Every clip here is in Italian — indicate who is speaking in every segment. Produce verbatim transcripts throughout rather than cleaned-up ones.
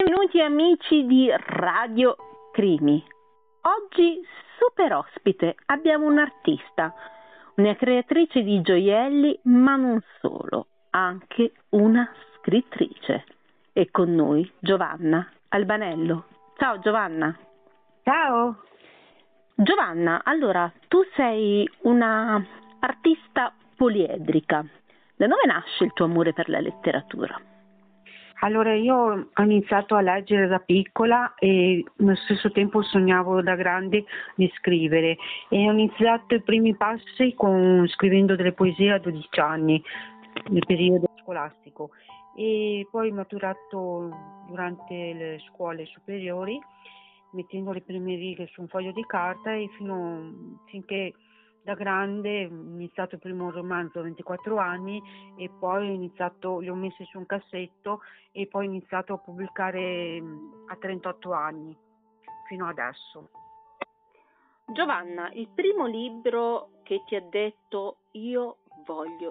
Speaker 1: Benvenuti amici di Radio Crimi. Oggi super ospite abbiamo un'artista, una creatrice di gioielli, ma non solo, anche una scrittrice. E con noi Giovanna Albanello. Ciao Giovanna.
Speaker 2: Ciao.
Speaker 1: Giovanna, allora tu sei una artista poliedrica. Da dove nasce il tuo amore per la letteratura?
Speaker 2: Allora, io ho iniziato a leggere da piccola e allo stesso tempo sognavo da grande di scrivere e ho iniziato i primi passi con, scrivendo delle poesie a dodici anni, nel periodo scolastico, e poi ho maturato durante le scuole superiori mettendo le prime righe su un foglio di carta e fino finché da grande ho iniziato il primo romanzo a ventiquattro anni e poi ho iniziato, li ho messi su un cassetto e poi ho iniziato a pubblicare a trentotto anni fino adesso.
Speaker 1: Giovanna, il primo libro che ti ha detto io voglio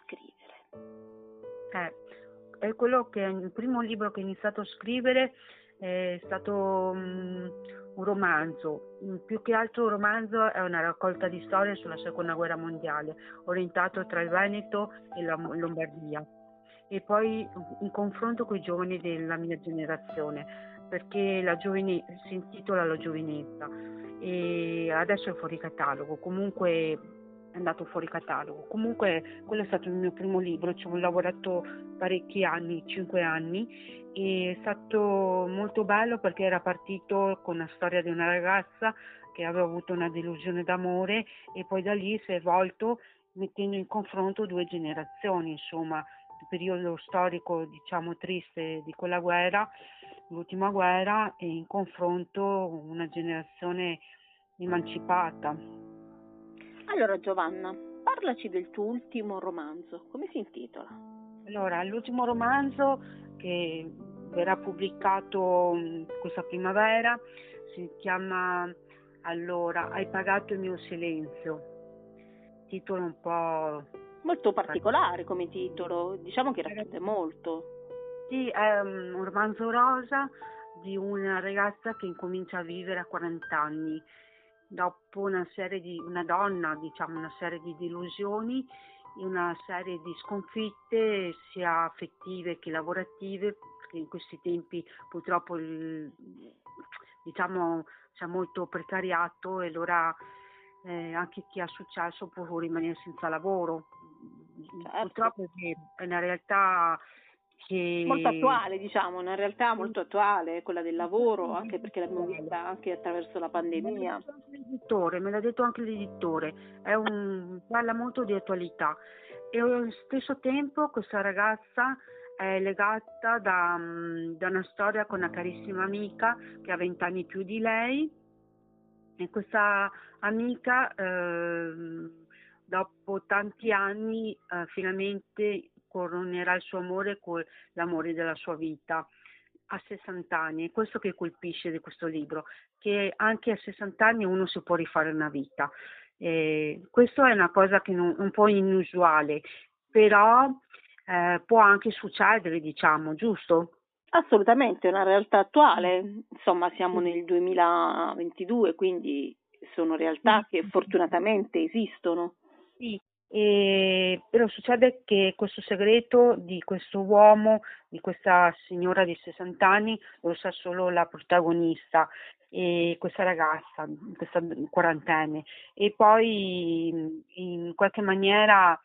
Speaker 1: scrivere?
Speaker 2: Eh, è quello che il primo libro che ho iniziato a scrivere è stato um, un romanzo, più che altro un romanzo è una raccolta di storie sulla seconda guerra mondiale, orientato tra il Veneto e la Lombardia, e poi un confronto con i giovani della mia generazione, perché la giovine, si intitola La giovinezza e adesso è fuori catalogo, comunque è andato fuori catalogo. Comunque quello è stato il mio primo libro, ci ho lavorato parecchi anni, cinque anni, e è stato molto bello perché era partito con la storia di una ragazza che aveva avuto una delusione d'amore e poi da lì si è evolto mettendo in confronto due generazioni, insomma, il periodo storico diciamo triste di quella guerra, l'ultima guerra, e in confronto una generazione emancipata.
Speaker 1: Allora Giovanna, parlaci del tuo ultimo romanzo, come si intitola?
Speaker 2: Allora, l'ultimo romanzo che verrà pubblicato questa primavera si chiama allora Hai pagato il mio silenzio, titolo un po'
Speaker 1: molto particolare come titolo, diciamo che racchiude molto.
Speaker 2: Sì, è un romanzo rosa di una ragazza che incomincia a vivere a quaranta anni dopo una serie di una donna, diciamo una serie di delusioni, una serie di sconfitte sia affettive che lavorative, perché in questi tempi purtroppo il, diciamo c'è molto precariato e allora eh, anche chi ha successo può rimanere senza lavoro.
Speaker 1: Certo.
Speaker 2: Purtroppo è una realtà che
Speaker 1: molto attuale, diciamo, una realtà molto attuale, quella del lavoro, anche perché l'abbiamo vista anche attraverso la pandemia.
Speaker 2: L'editore, me l'ha detto anche l'editore, è un, parla molto di attualità e allo stesso tempo questa ragazza è legata da, da una storia con una carissima amica che ha vent'anni più di lei e questa amica eh, dopo tanti anni eh, finalmente coronerà il suo amore con l'amore della sua vita a sessanta anni. È questo che colpisce di questo libro, che anche a sessanta anni uno si può rifare una vita. Eh, questo è una cosa che non, un po' inusuale, però eh, può anche succedere, diciamo, giusto?
Speaker 1: Assolutamente, è una realtà attuale, insomma siamo nel duemilaventidue, quindi sono realtà che fortunatamente esistono.
Speaker 2: Sì, e, però succede che questo segreto di questo uomo, di questa signora di sessanta anni, lo sa solo la protagonista, e questa ragazza, questa quarantenne, e poi in qualche maniera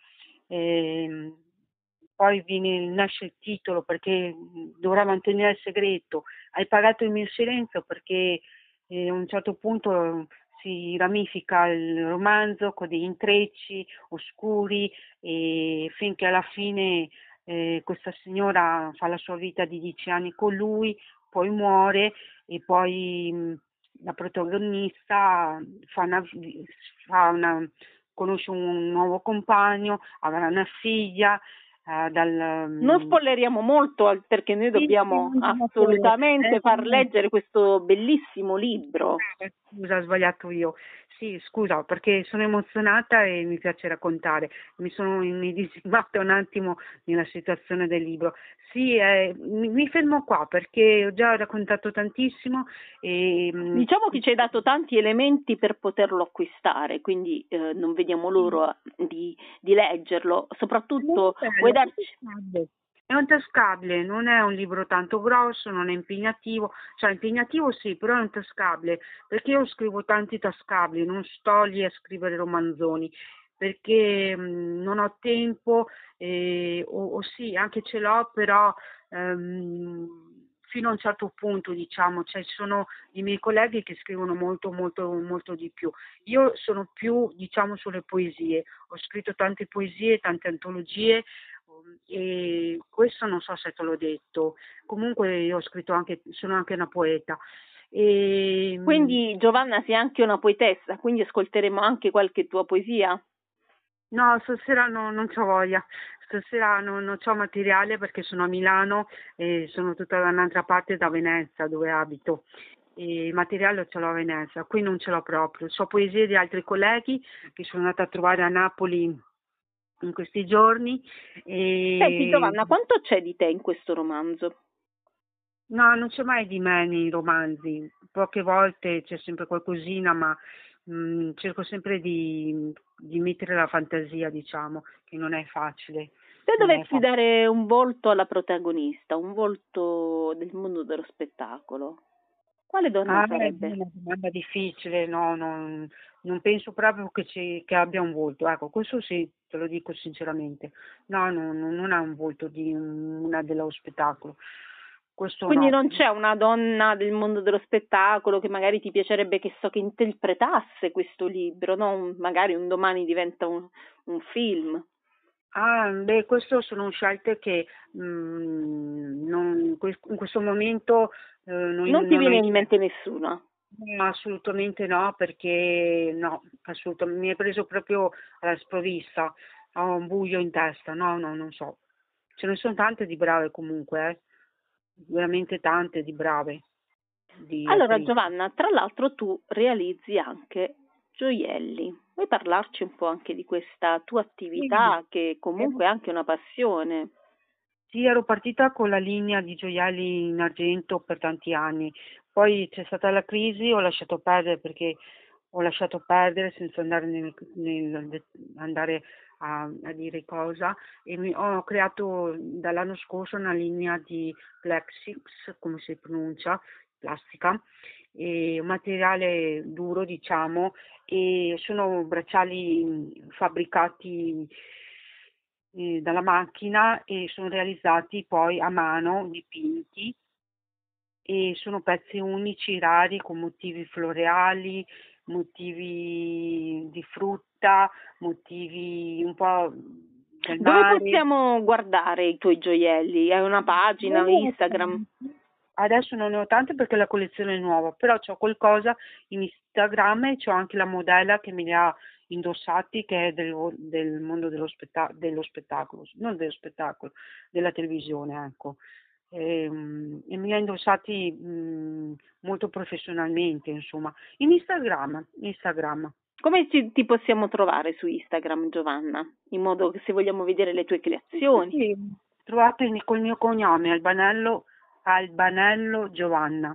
Speaker 2: eh, poi viene, nasce il titolo perché dovrà mantenere il segreto. Hai pagato il mio silenzio perché eh, a un certo punto si ramifica il romanzo con degli intrecci oscuri e finché alla fine eh, questa signora fa la sua vita di dieci anni con lui, poi muore e poi mh, la protagonista fa una, fa una, conosce un nuovo compagno, avrà una figlia eh, dal...
Speaker 1: Non
Speaker 2: mm,
Speaker 1: spoileriamo molto al- perché noi
Speaker 2: sì, sì,
Speaker 1: dobbiamo
Speaker 2: non diamo spoiler.
Speaker 1: assolutamente
Speaker 2: Eh,
Speaker 1: far
Speaker 2: no.
Speaker 1: leggere questo bellissimo libro.
Speaker 2: Eh, Scusa, ho sbagliato io. Sì, scusa, perché sono emozionata e mi piace raccontare. Mi sono immedesimata un attimo nella situazione del libro. Sì, eh, mi, mi fermo qua perché ho già raccontato tantissimo e mm,
Speaker 1: Diciamo che ci hai dato tanti elementi per poterlo acquistare, quindi eh, non vediamo l'ora di, di leggerlo.
Speaker 2: è molto
Speaker 1: Soprattutto vuoi
Speaker 2: bello, è
Speaker 1: darci.
Speaker 2: tascabile. È un tascabile, non è un libro tanto grosso, non è impegnativo, cioè impegnativo sì, però è un tascabile, perché io scrivo tanti tascabili, non sto lì a scrivere romanzoni, perché mh, non ho tempo, eh, o, o sì, anche ce l'ho, però ehm, fino a un certo punto, diciamo, cioè ci sono i miei colleghi che scrivono molto, molto, molto di più. Io sono più, diciamo, sulle poesie, ho scritto tante poesie, tante antologie. E questo non so se te l'ho detto, comunque io ho scritto anche, sono anche una poeta. E,
Speaker 1: Quindi Giovanna sei anche una poetessa, quindi ascolteremo anche qualche tua poesia.
Speaker 2: no, stasera no, non c'ho voglia, stasera non, non c'ho materiale perché sono a Milano e sono tutta da un'altra parte, da Venezia dove abito. E il materiale ce l'ho a Venezia, qui non ce l'ho proprio. So poesie di altri colleghi che sono andata a trovare a Napoli in questi giorni
Speaker 1: Senti
Speaker 2: e
Speaker 1: Giovanna, quanto c'è di te in questo romanzo?
Speaker 2: no, non c'è mai di me nei romanzi, poche volte c'è sempre qualcosina, ma mh, cerco sempre di, di mettere la fantasia, diciamo, che non è facile,
Speaker 1: Se
Speaker 2: non è
Speaker 1: dovessi
Speaker 2: facile.
Speaker 1: dare un volto alla protagonista, un volto del mondo dello spettacolo, quale donna
Speaker 2: Ah, è
Speaker 1: sarebbe?
Speaker 2: una domanda difficile, no, non, non penso proprio che, ci, che abbia un volto, ecco, questo sì, te lo dico sinceramente, no, no, no, non ha un volto di un- una dello spettacolo, questo
Speaker 1: Quindi
Speaker 2: no.
Speaker 1: non c'è una donna del mondo dello spettacolo che magari ti piacerebbe che so che interpretasse questo libro, no? Un- Magari un domani diventa un, un film.
Speaker 2: Ah, beh, questo sono scelte che mm, non- in que- in questo momento eh, non,
Speaker 1: Non ti
Speaker 2: non ho
Speaker 1: viene in
Speaker 2: idea.
Speaker 1: mente nessuna.
Speaker 2: No, assolutamente no, perché no, assolutamente, mi hai preso proprio alla sprovvista, ho un buio in testa, no, no, non so. Ce ne sono tante di brave comunque, eh, veramente tante di brave, di
Speaker 1: Allora
Speaker 2: attrici.
Speaker 1: Giovanna, tra l'altro tu realizzi anche gioielli. Vuoi parlarci un po' anche di questa tua
Speaker 2: Sì,
Speaker 1: attività che
Speaker 2: ero
Speaker 1: comunque è anche una passione?
Speaker 2: Sì, ero partita con la linea di gioielli in argento per tanti anni, poi c'è stata la crisi, ho lasciato perdere perché ho lasciato perdere senza andare, nel, nel- andare a, a dire cosa e mi, ho creato dall'anno scorso una linea di Plexix, come si pronuncia, plastica, e un materiale duro diciamo e sono bracciali mh, fabbricati eh, dalla macchina e sono realizzati poi a mano, dipinti e sono pezzi unici, rari, con motivi floreali, motivi di frutta, motivi un po' del
Speaker 1: Dove
Speaker 2: mare.
Speaker 1: possiamo guardare i tuoi gioielli? Hai una pagina, Instagram?
Speaker 2: Adesso non ne ho tante perché la collezione è nuova, però c'ho qualcosa in Instagram e c'ho anche la modella che me li ha indossati, che è del, del mondo dello, spetta- dello spettacolo, non dello spettacolo, della televisione, ecco. E, mm, e me li ha indossati mm, molto professionalmente, insomma. In Instagram, Instagram.
Speaker 1: Come ci, ti possiamo trovare su Instagram, Giovanna? In modo che se vogliamo vedere le tue
Speaker 2: Sì, sì,
Speaker 1: creazioni.
Speaker 2: sì. Trovate col mio cognome, Albanello, Albanello Giovanna,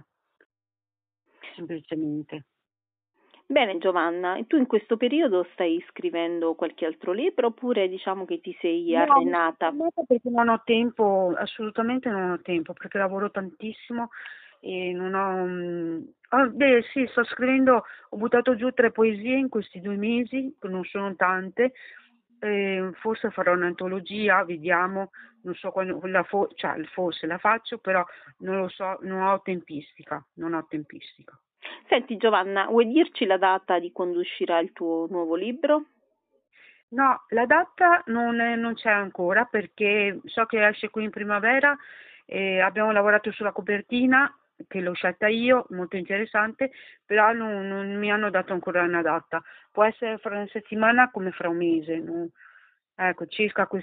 Speaker 2: semplicemente.
Speaker 1: Bene Giovanna, e tu in questo periodo stai scrivendo qualche altro libro oppure diciamo che ti sei
Speaker 2: No, mi sono
Speaker 1: arenata?
Speaker 2: fermata perché non ho tempo, assolutamente non ho tempo, perché lavoro tantissimo e non ho... mm, ah, beh, sì, sto scrivendo, ho buttato giù tre poesie in questi due mesi, che non sono tante, e forse farò un'antologia, vediamo, non so quando, la fo- cioè, forse la faccio, però non lo so, non ho tempistica, non ho tempistica.
Speaker 1: Senti Giovanna, vuoi dirci la data di quando uscirà il tuo nuovo libro?
Speaker 2: No, la data non, è- non c'è ancora perché so che esce qui in primavera e abbiamo lavorato sulla copertina che l'ho scelta io, molto interessante, però non, non mi hanno dato ancora una data. Può essere fra una settimana come fra un mese. non- Ecco, circa questo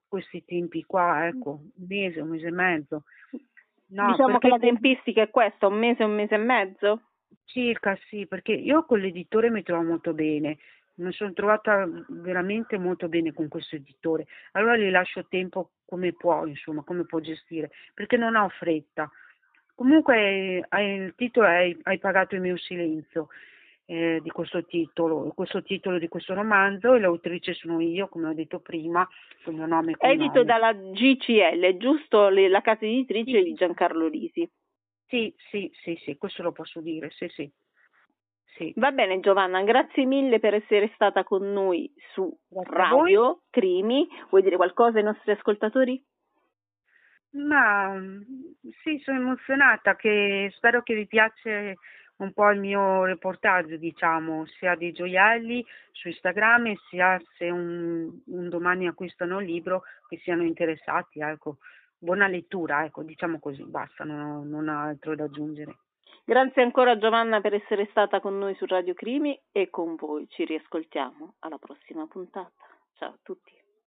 Speaker 2: questi tempi qua, ecco, un mese, un mese e mezzo. No,
Speaker 1: Diciamo che
Speaker 2: perché
Speaker 1: la tempistica è questa, un mese, un mese e mezzo?
Speaker 2: circa sì, perché io con l'editore mi trovo molto bene, mi sono trovata veramente molto bene con questo editore, allora gli lascio tempo come può, insomma, come può gestire, perché non ho fretta. Comunque eh, il titolo è Hai, hai pagato il mio silenzio, eh, di questo titolo, questo titolo di questo romanzo, e l'autrice sono io, come ho detto prima, con il mio nome e cognome.
Speaker 1: Edito dalla G C L, giusto? Le- la casa editrice
Speaker 2: Sì.
Speaker 1: di Giancarlo Risi.
Speaker 2: Sì, sì, sì, sì, questo lo posso dire, sì, sì. Sì.
Speaker 1: Va bene Giovanna, grazie mille per essere stata con noi su
Speaker 2: Grazie a voi.
Speaker 1: Radio Crimi. Vuoi dire qualcosa ai nostri ascoltatori?
Speaker 2: Ma mm, sì, sono emozionata, che spero che vi piace un po' il mio reportage, diciamo, sia di gioielli su Instagram, e sia se un, un domani acquistano il libro, che siano interessati, ecco. Buona lettura, ecco, diciamo così, basta, non ho, non ho altro da aggiungere.
Speaker 1: Grazie ancora Giovanna per essere stata con noi su Radio Crimi, e con voi ci riascoltiamo alla prossima puntata. Ciao a tutti.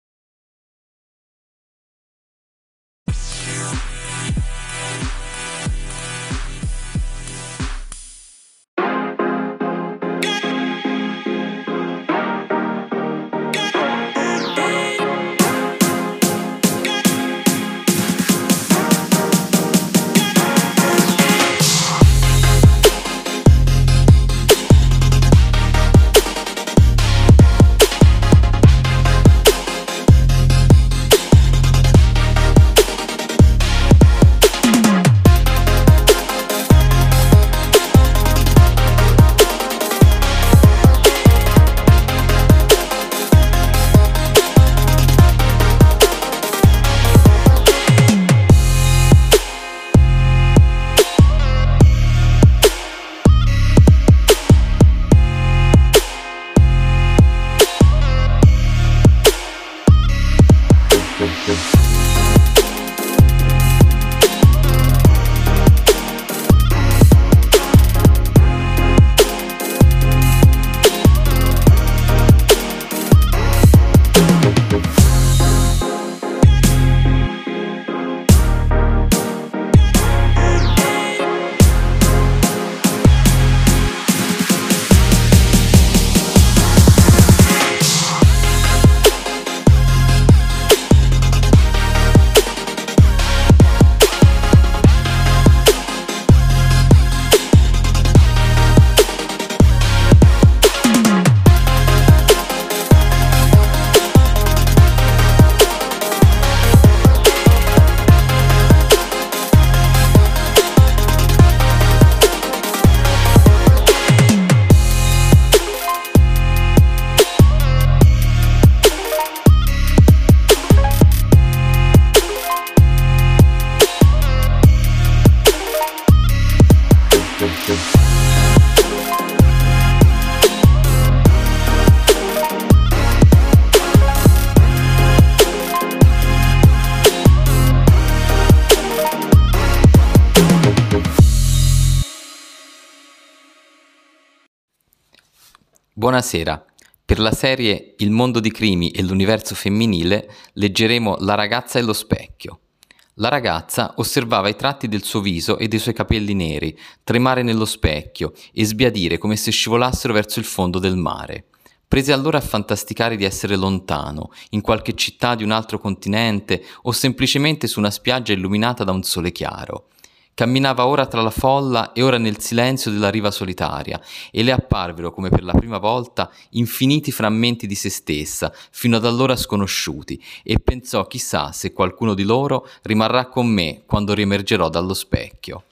Speaker 3: Buonasera. Per la serie Il mondo di Crimi e l'universo femminile leggeremo La ragazza e lo specchio. La ragazza osservava i tratti del suo viso e dei suoi capelli neri tremare nello specchio e sbiadire come se scivolassero verso il fondo del mare. Prese allora a fantasticare di essere lontano, in qualche città di un altro continente o semplicemente su una spiaggia illuminata da un sole chiaro. Camminava ora tra la folla e ora nel silenzio della riva solitaria, e le apparvero, come per la prima volta, infiniti frammenti di se stessa, fino ad allora sconosciuti, e pensò chissà se qualcuno di loro rimarrà con me quando riemergerò dallo specchio.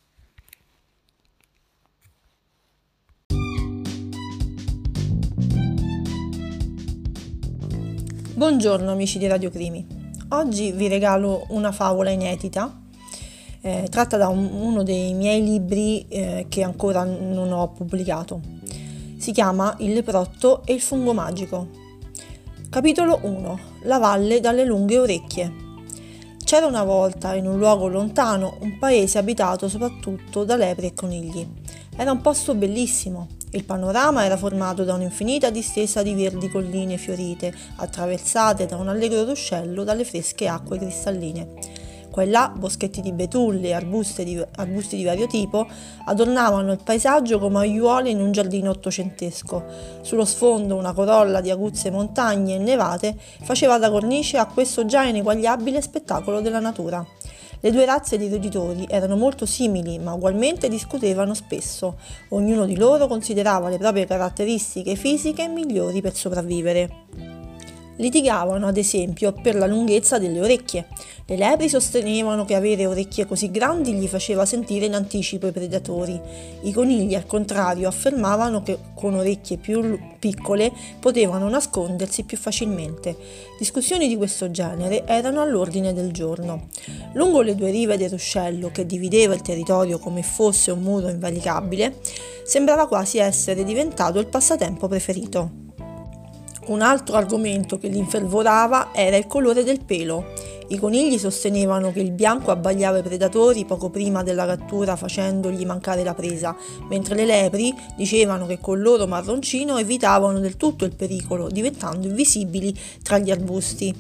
Speaker 4: Buongiorno amici di Radio Crimi. Oggi vi regalo una favola inedita Eh, tratta da un, uno dei miei libri eh, che ancora non ho pubblicato. Si chiama Il leprotto e il fungo magico. Capitolo uno. La valle dalle lunghe orecchie. C'era una volta, in un luogo lontano, un paese abitato soprattutto da lepri e conigli. Era un posto bellissimo. Il panorama era formato da un'infinita distesa di verdi colline fiorite, attraversate da un allegro ruscello dalle fresche acque cristalline. Qua e là boschetti di betulle e arbusti di, arbusti di vario tipo adornavano il paesaggio come aiuole in un giardino ottocentesco. Sullo sfondo una corolla di aguzze montagne innevate faceva da cornice a questo già ineguagliabile spettacolo della natura. Le due razze di roditori erano molto simili, ma ugualmente discutevano spesso. Ognuno di loro considerava le proprie caratteristiche fisiche migliori per sopravvivere. Litigavano, ad esempio, per la lunghezza delle orecchie. Le lepri sostenevano che avere orecchie così grandi gli faceva sentire in anticipo i predatori. I conigli, al contrario, affermavano che con orecchie più piccole potevano nascondersi più facilmente. Discussioni di questo genere erano all'ordine del giorno. Lungo le due rive del ruscello, che divideva il territorio come fosse un muro invalicabile, sembrava quasi essere diventato il passatempo preferito. Un altro argomento che li infervorava era il colore del pelo. I conigli sostenevano che il bianco abbagliava i predatori poco prima della cattura facendogli mancare la presa, mentre le lepri dicevano che col loro marroncino evitavano del tutto il pericolo, diventando invisibili tra gli arbusti.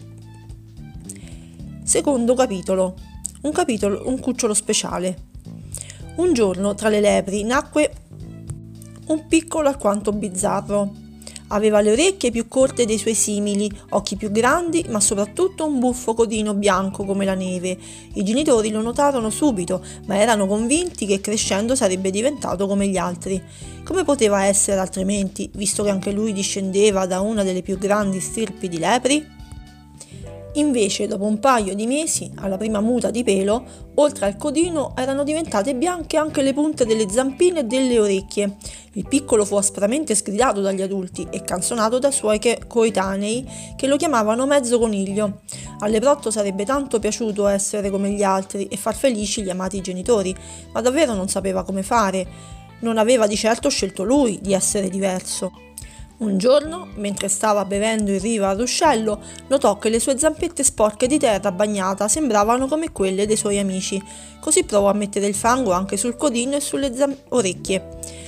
Speaker 4: Secondo capitolo. Un capitolo, un cucciolo speciale. Un giorno tra le lepri nacque un piccolo alquanto bizzarro. Aveva le orecchie più corte dei suoi simili, occhi più grandi, ma soprattutto un buffo codino bianco come la neve. I genitori lo notarono subito, ma erano convinti che crescendo sarebbe diventato come gli altri. Come poteva essere altrimenti, visto che anche lui discendeva da una delle più grandi stirpi di lepri? Invece, dopo un paio di mesi, alla prima muta di pelo, oltre al codino erano diventate bianche anche le punte delle zampine e delle orecchie. Il piccolo fu aspramente sgridato dagli adulti e canzonato dai suoi coetanei che lo chiamavano mezzo coniglio. Al leprotto sarebbe tanto piaciuto essere come gli altri e far felici gli amati genitori, ma davvero non sapeva come fare. Non aveva di certo scelto lui di essere diverso. Un giorno, mentre stava bevendo in riva al ruscello, notò che le sue zampette sporche di terra bagnata sembravano come quelle dei suoi amici. Così provò a mettere il fango anche sul codino e sulle zam- orecchie.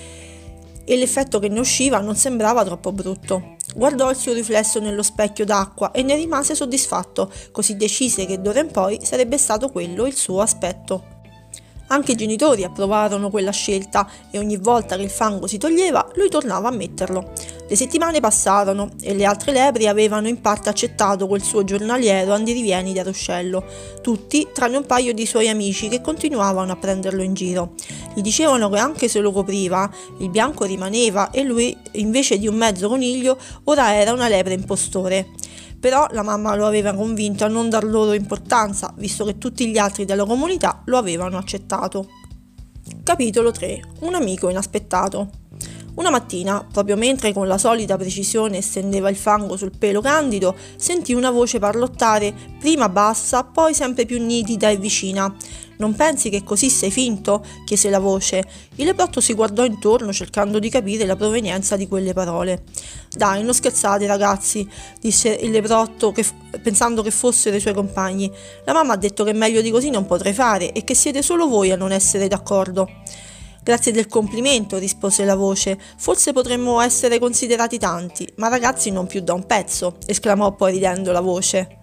Speaker 4: E l'effetto che ne usciva non sembrava troppo brutto. Guardò il suo riflesso nello specchio d'acqua e ne rimase soddisfatto, così decise che d'ora in poi sarebbe stato quello il suo aspetto. Anche i genitori approvarono quella scelta e ogni volta che il fango si toglieva, lui tornava a metterlo. Le settimane passarono e le altre lepri avevano in parte accettato quel suo giornaliero andirivieni da ruscello, tutti tranne un paio di suoi amici che continuavano a prenderlo in giro. Gli dicevano che anche se lo copriva, il bianco rimaneva e lui, invece di un mezzo coniglio, ora era una lepre impostore. Però la mamma lo aveva convinto a non dar loro importanza, visto che tutti gli altri della comunità lo avevano accettato. Capitolo tre. Un amico inaspettato. Una mattina, proprio mentre con la solita precisione stendeva il fango sul pelo candido, sentì una voce parlottare, prima bassa, poi sempre più nitida e vicina. «Non pensi che così sei finto?» chiese la voce. Il leprotto si guardò intorno cercando di capire la provenienza di quelle parole. «Dai, non scherzate ragazzi», disse il leprotto che, pensando che fossero i suoi compagni. «La mamma ha detto che meglio di così non potrei fare e che siete solo voi a non essere d'accordo». «Grazie del complimento», rispose la voce. «Forse potremmo essere considerati tanti, ma ragazzi non più da un pezzo», esclamò poi ridendo la voce.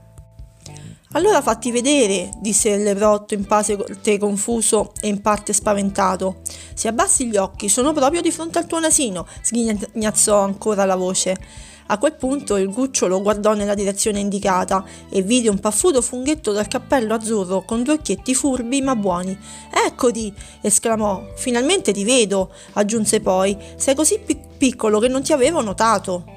Speaker 4: «Allora fatti vedere», disse il leprotto in parte confuso e in parte spaventato. «Se abbassi gli occhi sono proprio di fronte al tuo nasino», sghignazzò ancora la voce. A quel punto il cucciolo guardò nella direzione indicata e vide un paffuto funghetto dal cappello azzurro con due occhietti furbi ma buoni. «Eccoti!» esclamò. «Finalmente ti vedo», aggiunse poi. «Sei così pic- piccolo che non ti avevo notato».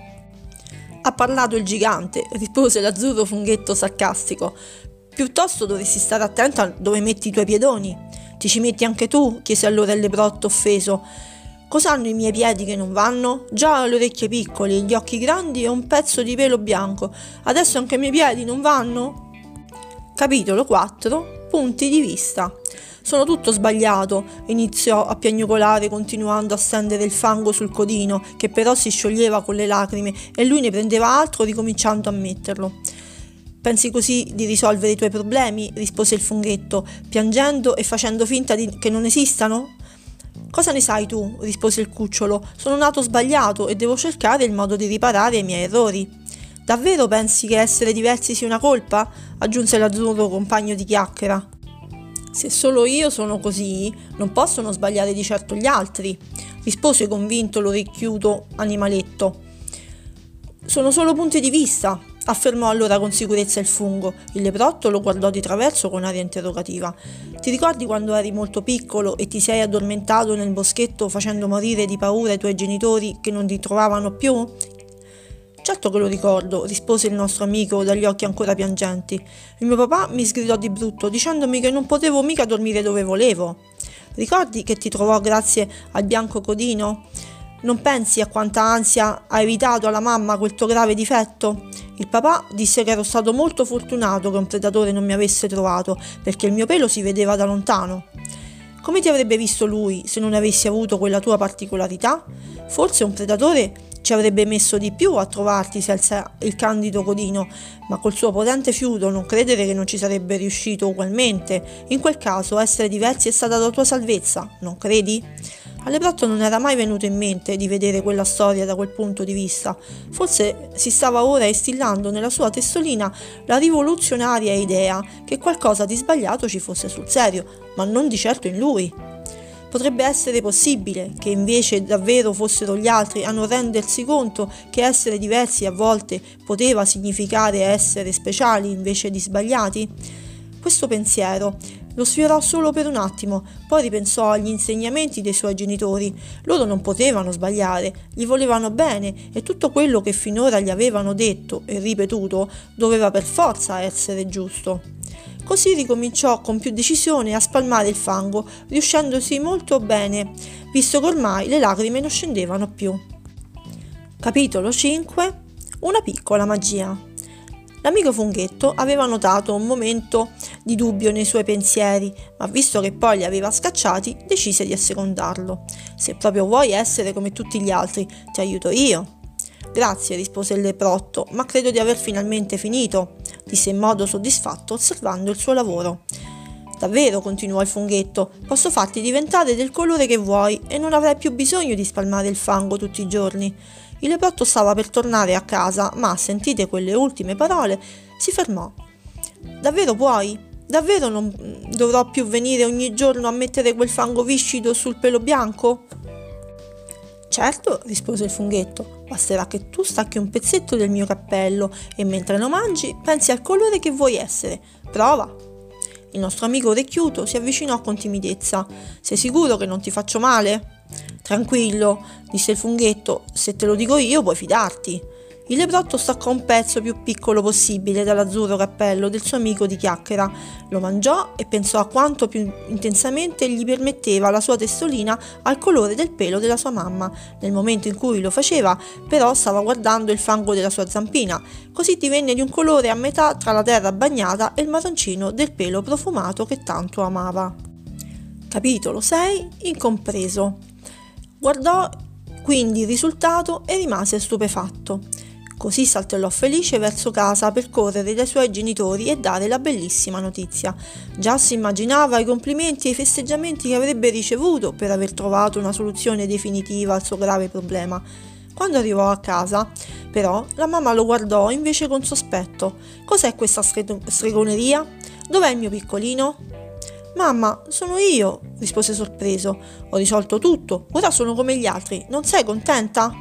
Speaker 4: «Ha parlato il gigante», rispose l'azzurro funghetto sarcastico. «Piuttosto dovresti stare attento a dove metti i tuoi piedoni». «Ti ci metti anche tu?» chiese allora il leprotto offeso. «Cosa hanno i miei piedi che non vanno? Già le orecchie piccole, gli occhi grandi e un pezzo di pelo bianco. Adesso anche i miei piedi non vanno?» Capitolo quattro. Punti di vista. «Sono tutto sbagliato», iniziò a piagnucolare continuando a stendere il fango sul codino, che però si scioglieva con le lacrime e lui ne prendeva altro ricominciando a metterlo. «Pensi così di risolvere i tuoi problemi?» rispose il funghetto, piangendo e facendo finta di che non esistano. Cosa ne sai tu? Rispose il cucciolo. Sono nato sbagliato e devo cercare il modo di riparare i miei errori. Davvero pensi che essere diversi sia una colpa? Aggiunse l'azzurro compagno di chiacchiera. Se solo io sono così, non possono sbagliare di certo gli altri, rispose convinto l'orecchiuto animaletto. Sono solo punti di vista, affermò allora con sicurezza il fungo. Il leprotto lo guardò di traverso con aria interrogativa. Ti ricordi quando eri molto piccolo e ti sei addormentato nel boschetto facendo morire di paura i tuoi genitori che non ti trovavano più? Certo che lo ricordo, rispose il nostro amico dagli occhi ancora piangenti. Il mio papà mi sgridò di brutto dicendomi che non potevo mica dormire dove volevo. Ricordi che ti trovò grazie al bianco codino? Non pensi a quanta ansia ha evitato alla mamma quel tuo grave difetto? Il papà disse che ero stato molto fortunato che un predatore non mi avesse trovato, perché il mio pelo si vedeva da lontano. Come ti avrebbe visto lui se non avessi avuto quella tua particolarità? Forse un predatore ci avrebbe messo di più a trovarti senza il candido codino, ma col suo potente fiuto non credere che non ci sarebbe riuscito ugualmente. In quel caso essere diversi è stata la tua salvezza, non credi? Al leprotto non era mai venuto in mente di vedere quella storia da quel punto di vista. Forse si stava ora instillando nella sua testolina la rivoluzionaria idea che qualcosa di sbagliato ci fosse sul serio, ma non di certo in lui. Potrebbe essere possibile che invece davvero fossero gli altri a non rendersi conto che essere diversi a volte poteva significare essere speciali invece di sbagliati? Questo pensiero lo sfiorò solo per un attimo, poi ripensò agli insegnamenti dei suoi genitori. Loro non potevano sbagliare, gli volevano bene e tutto quello che finora gli avevano detto e ripetuto doveva per forza essere giusto. Così ricominciò con più decisione a spalmare il fango, riuscendosi molto bene, visto che ormai le lacrime non scendevano più. Capitolo cinque. Una piccola magia. L'amico funghetto aveva notato un momento di dubbio nei suoi pensieri, ma visto che poi li aveva scacciati, decise di assecondarlo. Se proprio vuoi essere come tutti gli altri, ti aiuto io. Grazie, rispose il leprotto, ma credo di aver finalmente finito, disse in modo soddisfatto osservando il suo lavoro. Davvero, continuò il funghetto, posso farti diventare del colore che vuoi e non avrai più bisogno di spalmare il fango tutti i giorni. Il leprotto stava per tornare a casa, ma, sentite quelle ultime parole, si fermò. Davvero puoi? Davvero non dovrò più venire ogni giorno a mettere quel fango viscido sul pelo bianco? Certo, rispose il funghetto, basterà che tu stacchi un pezzetto del mio cappello e mentre lo mangi pensi al colore che vuoi essere. Prova. Il nostro amico orecchiuto si avvicinò con timidezza. Sei sicuro che non ti faccio male? Tranquillo, disse il funghetto, se te lo dico io puoi fidarti. Il leprotto staccò un pezzo più piccolo possibile dall'azzurro cappello del suo amico di chiacchiera, lo mangiò e pensò a quanto più intensamente gli permetteva la sua testolina al colore del pelo della sua mamma. Nel momento in cui lo faceva, però, stava guardando il fango della sua zampina, così divenne di un colore a metà tra la terra bagnata e il marroncino del pelo profumato che tanto amava. Capitolo sei. Incompreso. Guardò quindi il risultato e rimase stupefatto. Così saltellò felice verso casa per correre dai suoi genitori e dare la bellissima notizia. Già si immaginava i complimenti e i festeggiamenti che avrebbe ricevuto per aver trovato una soluzione definitiva al suo grave problema. Quando arrivò a casa, però, la mamma lo guardò invece con sospetto. «Cos'è questa stregoneria? Dov'è il mio piccolino?» «Mamma, sono io», rispose sorpreso. «Ho risolto tutto, ora sono come gli altri. Non sei contenta?»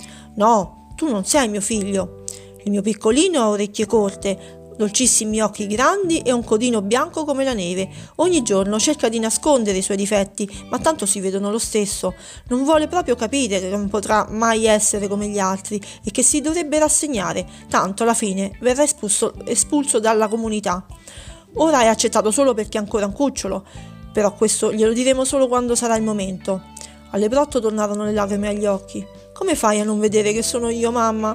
Speaker 4: «No, tu non sei mio figlio. Il mio piccolino ha orecchie corte, dolcissimi occhi grandi e un codino bianco come la neve. Ogni giorno cerca di nascondere i suoi difetti, ma tanto si vedono lo stesso. Non vuole proprio capire che non potrà mai essere come gli altri e che si dovrebbe rassegnare, tanto alla fine verrà espulso, espulso dalla comunità. Ora è accettato solo perché è ancora un cucciolo, però questo glielo diremo solo quando sarà il momento». Al leprotto tornarono le lacrime agli occhi. «Come fai a non vedere che sono io, mamma?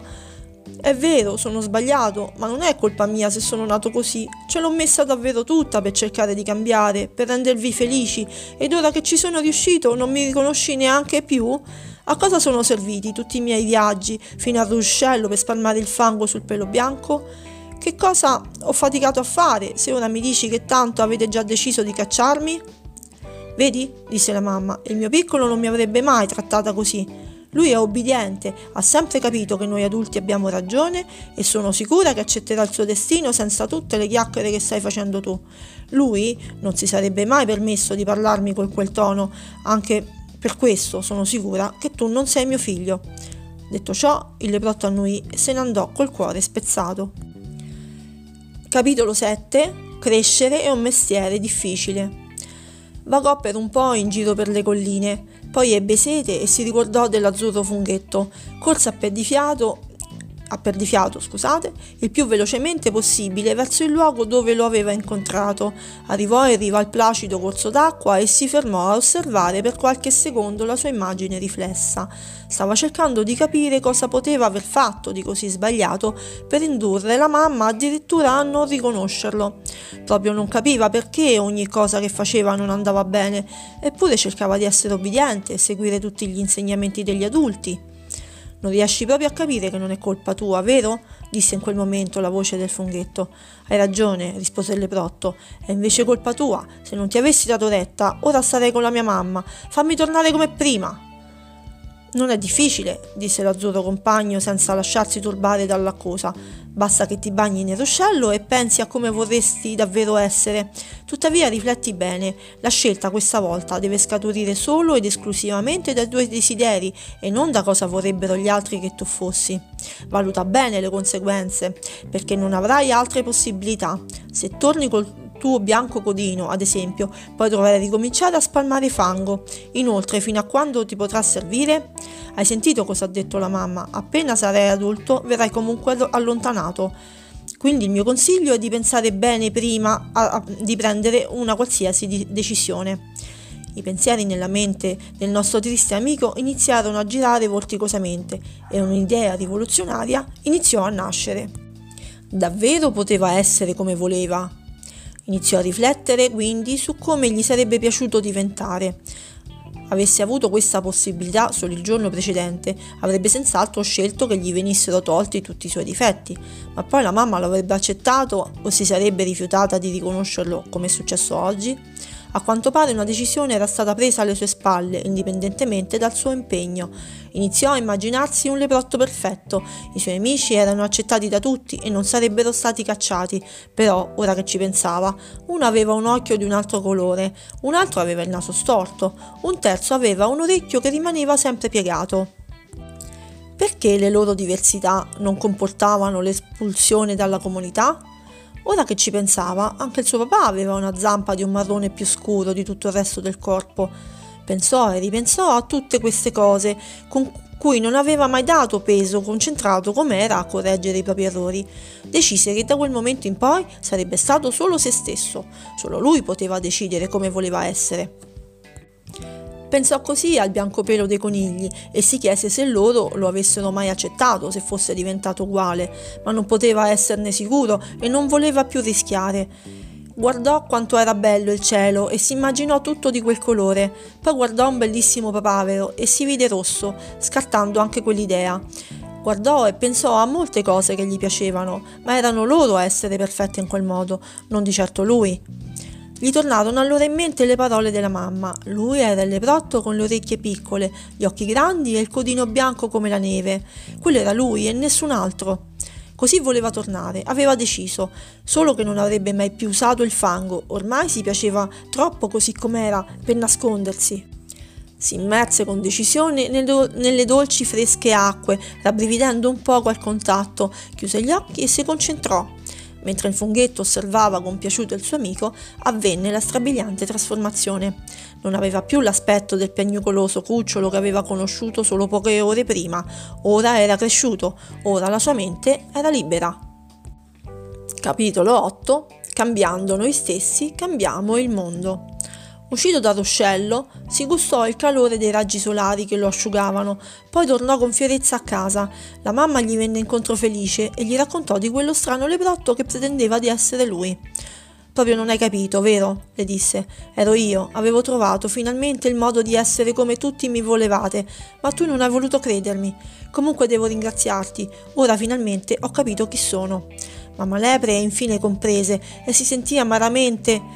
Speaker 4: È vero, sono sbagliato, ma non è colpa mia se sono nato così. Ce l'ho messa davvero tutta per cercare di cambiare, per rendervi felici, ed ora che ci sono riuscito non mi riconosci neanche più? A cosa sono serviti tutti i miei viaggi fino al ruscello per spalmare il fango sul pelo bianco? Che cosa ho faticato a fare se ora mi dici che tanto avete già deciso di cacciarmi?» Vedi, disse la mamma, il mio piccolo non mi avrebbe mai trattata così. Lui è obbediente, ha sempre capito che noi adulti abbiamo ragione e sono sicura che accetterà il suo destino senza tutte le chiacchiere che stai facendo tu. Lui non si sarebbe mai permesso di parlarmi con quel tono, anche per questo sono sicura che tu non sei mio figlio. Detto ciò, il leprotto annuì e se ne andò col cuore spezzato. Capitolo sette. Crescere è un mestiere difficile. Vagò per un po' in giro per le colline, poi ebbe sete e si ricordò dell'azzurro funghetto. Corse a perdifiato, a perdifiato, scusate, il più velocemente possibile verso il luogo dove lo aveva incontrato. Arrivò in riva al placido corso d'acqua e si fermò a osservare per qualche secondo la sua immagine riflessa. Stava cercando di capire cosa poteva aver fatto di così sbagliato per indurre la mamma addirittura a non riconoscerlo. Proprio non capiva perché ogni cosa che faceva non andava bene, eppure cercava di essere obbediente e seguire tutti gli insegnamenti degli adulti. Non riesci proprio a capire che non è colpa tua, vero? Disse in quel momento la voce del funghetto. Hai ragione, rispose il leprotto, è invece colpa tua. Se non ti avessi dato retta, ora starei con la mia mamma. Fammi tornare come prima. Non è difficile, disse l'azzurro compagno senza lasciarsi turbare dall'accusa. Basta che ti bagni nel ruscello e pensi a come vorresti davvero essere. Tuttavia rifletti bene, la scelta questa volta deve scaturire solo ed esclusivamente dai tuoi desideri e non da cosa vorrebbero gli altri che tu fossi. Valuta bene le conseguenze, perché non avrai altre possibilità. Se torni col tuo bianco codino, ad esempio, poi dovrai ricominciare a spalmare fango. Inoltre, fino a quando ti potrà servire? Hai sentito cosa ha detto la mamma? Appena sarai adulto, verrai comunque allontanato. Quindi il mio consiglio è di pensare bene prima a, a, di prendere una qualsiasi di, decisione. I pensieri nella mente del nostro triste amico iniziarono a girare vorticosamente e un'idea rivoluzionaria iniziò a nascere. Davvero poteva essere come voleva? Iniziò a riflettere quindi su come gli sarebbe piaciuto diventare. Avesse avuto questa possibilità solo il giorno precedente, avrebbe senz'altro scelto che gli venissero tolti tutti i suoi difetti, ma poi la mamma lo avrebbe accettato o si sarebbe rifiutata di riconoscerlo come è successo oggi? A quanto pare una decisione era stata presa alle sue spalle, indipendentemente dal suo impegno. Iniziò a immaginarsi un leprotto perfetto. I suoi amici erano accettati da tutti e non sarebbero stati cacciati. Però, ora che ci pensava, uno aveva un occhio di un altro colore, un altro aveva il naso storto, un terzo aveva un orecchio che rimaneva sempre piegato. Perché le loro diversità non comportavano l'espulsione dalla comunità? Ora che ci pensava, anche il suo papà aveva una zampa di un marrone più scuro di tutto il resto del corpo. Pensò e ripensò a tutte queste cose con cui non aveva mai dato peso, concentrato com'era a correggere i propri errori. Decise che da quel momento in poi sarebbe stato solo se stesso, solo lui poteva decidere come voleva essere. Pensò così al biancopelo dei conigli e si chiese se loro lo avessero mai accettato se fosse diventato uguale, ma non poteva esserne sicuro e non voleva più rischiare. Guardò quanto era bello il cielo e si immaginò tutto di quel colore, poi guardò un bellissimo papavero e si vide rosso, scartando anche quell'idea. Guardò e pensò a molte cose che gli piacevano, ma erano loro a essere perfette in quel modo, non di certo lui. Gli tornarono allora in mente le parole della mamma. Lui era il leprotto con le orecchie piccole, gli occhi grandi e il codino bianco come la neve. Quello era lui e nessun altro. Così voleva tornare, aveva deciso, solo che non avrebbe mai più usato il fango, ormai si piaceva troppo così com'era per nascondersi. Si immerse con decisione nelle dolci fresche acque, rabbrividendo un poco al contatto, chiuse gli occhi e si concentrò. Mentre il funghetto osservava compiaciuto il suo amico, avvenne la strabiliante trasformazione. Non aveva più l'aspetto del piagnucoloso cucciolo che aveva conosciuto solo poche ore prima. Ora era cresciuto, ora la sua mente era libera. Capitolo otto. Cambiando noi stessi, cambiamo il mondo. Uscito dal ruscello, si gustò il calore dei raggi solari che lo asciugavano, poi tornò con fierezza a casa. La mamma gli venne incontro felice e gli raccontò di quello strano leprotto che pretendeva di essere lui. «Proprio non hai capito, vero?» le disse. «Ero io, avevo trovato finalmente il modo di essere come tutti mi volevate, ma tu non hai voluto credermi. Comunque devo ringraziarti, ora finalmente ho capito chi sono». Mamma Lepre infine comprese e si sentì amaramente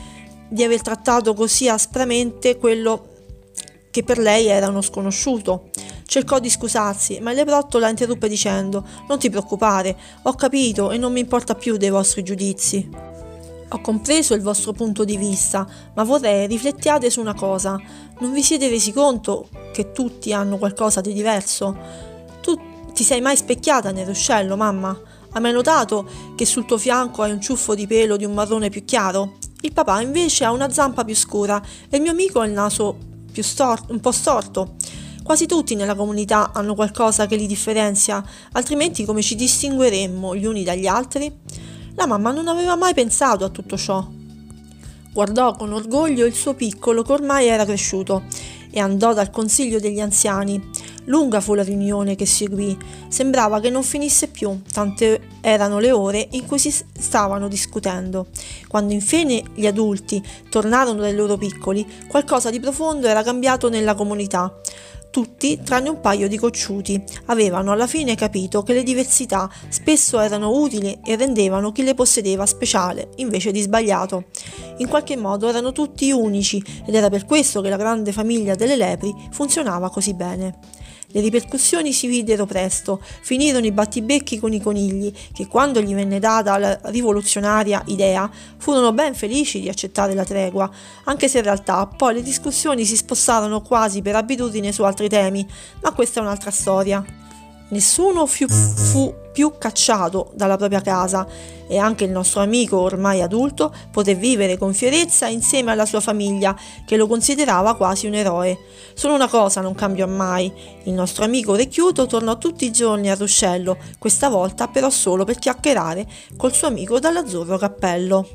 Speaker 4: di aver trattato così aspramente quello che per lei era uno sconosciuto. Cercò di scusarsi, ma il leprotto la interruppe dicendo: «Non ti preoccupare, ho capito e non mi importa più dei vostri giudizi. Ho compreso il vostro punto di vista, ma vorrei riflettiate su una cosa. Non vi siete resi conto che tutti hanno qualcosa di diverso? Tu ti sei mai specchiata nel ruscello, mamma? Hai mai notato che sul tuo fianco hai un ciuffo di pelo di un marrone più chiaro? Il papà invece ha una zampa più scura e il mio amico ha il naso più stor- un po' storto. Quasi tutti nella comunità hanno qualcosa che li differenzia, altrimenti come ci distingueremmo gli uni dagli altri?» La mamma non aveva mai pensato a tutto ciò. Guardò con orgoglio il suo piccolo che ormai era cresciuto e andò dal consiglio degli anziani. Lunga fu la riunione che seguì, sembrava che non finisse più, tante erano le ore in cui si stavano discutendo. Quando infine gli adulti tornarono dai loro piccoli, qualcosa di profondo era cambiato nella comunità. Tutti, tranne un paio di cocciuti, avevano alla fine capito che le diversità spesso erano utili e rendevano chi le possedeva speciale, invece di sbagliato. In qualche modo erano tutti unici ed era per questo che la grande famiglia delle lepri funzionava così bene. Le ripercussioni si videro presto, finirono i battibecchi con i conigli, che quando gli venne data la rivoluzionaria idea, furono ben felici di accettare la tregua, anche se in realtà poi le discussioni si spostarono quasi per abitudine su altri temi, ma questa è un'altra storia. Nessuno fu, fu più cacciato dalla propria casa e anche il nostro amico ormai adulto poté vivere con fierezza insieme alla sua famiglia che lo considerava quasi un eroe. Solo una cosa non cambiò mai: il nostro amico orecchiuto tornò tutti i giorni al ruscello, questa volta però solo per chiacchierare col suo amico dall'azzurro cappello.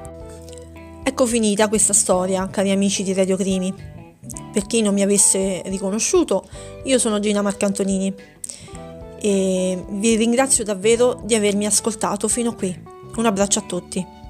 Speaker 4: Ecco finita questa storia, cari amici di Radio Crimi. Per chi non mi avesse riconosciuto, io sono Gina Marcantonini e vi ringrazio davvero di avermi ascoltato fino a qui. Un abbraccio a tutti.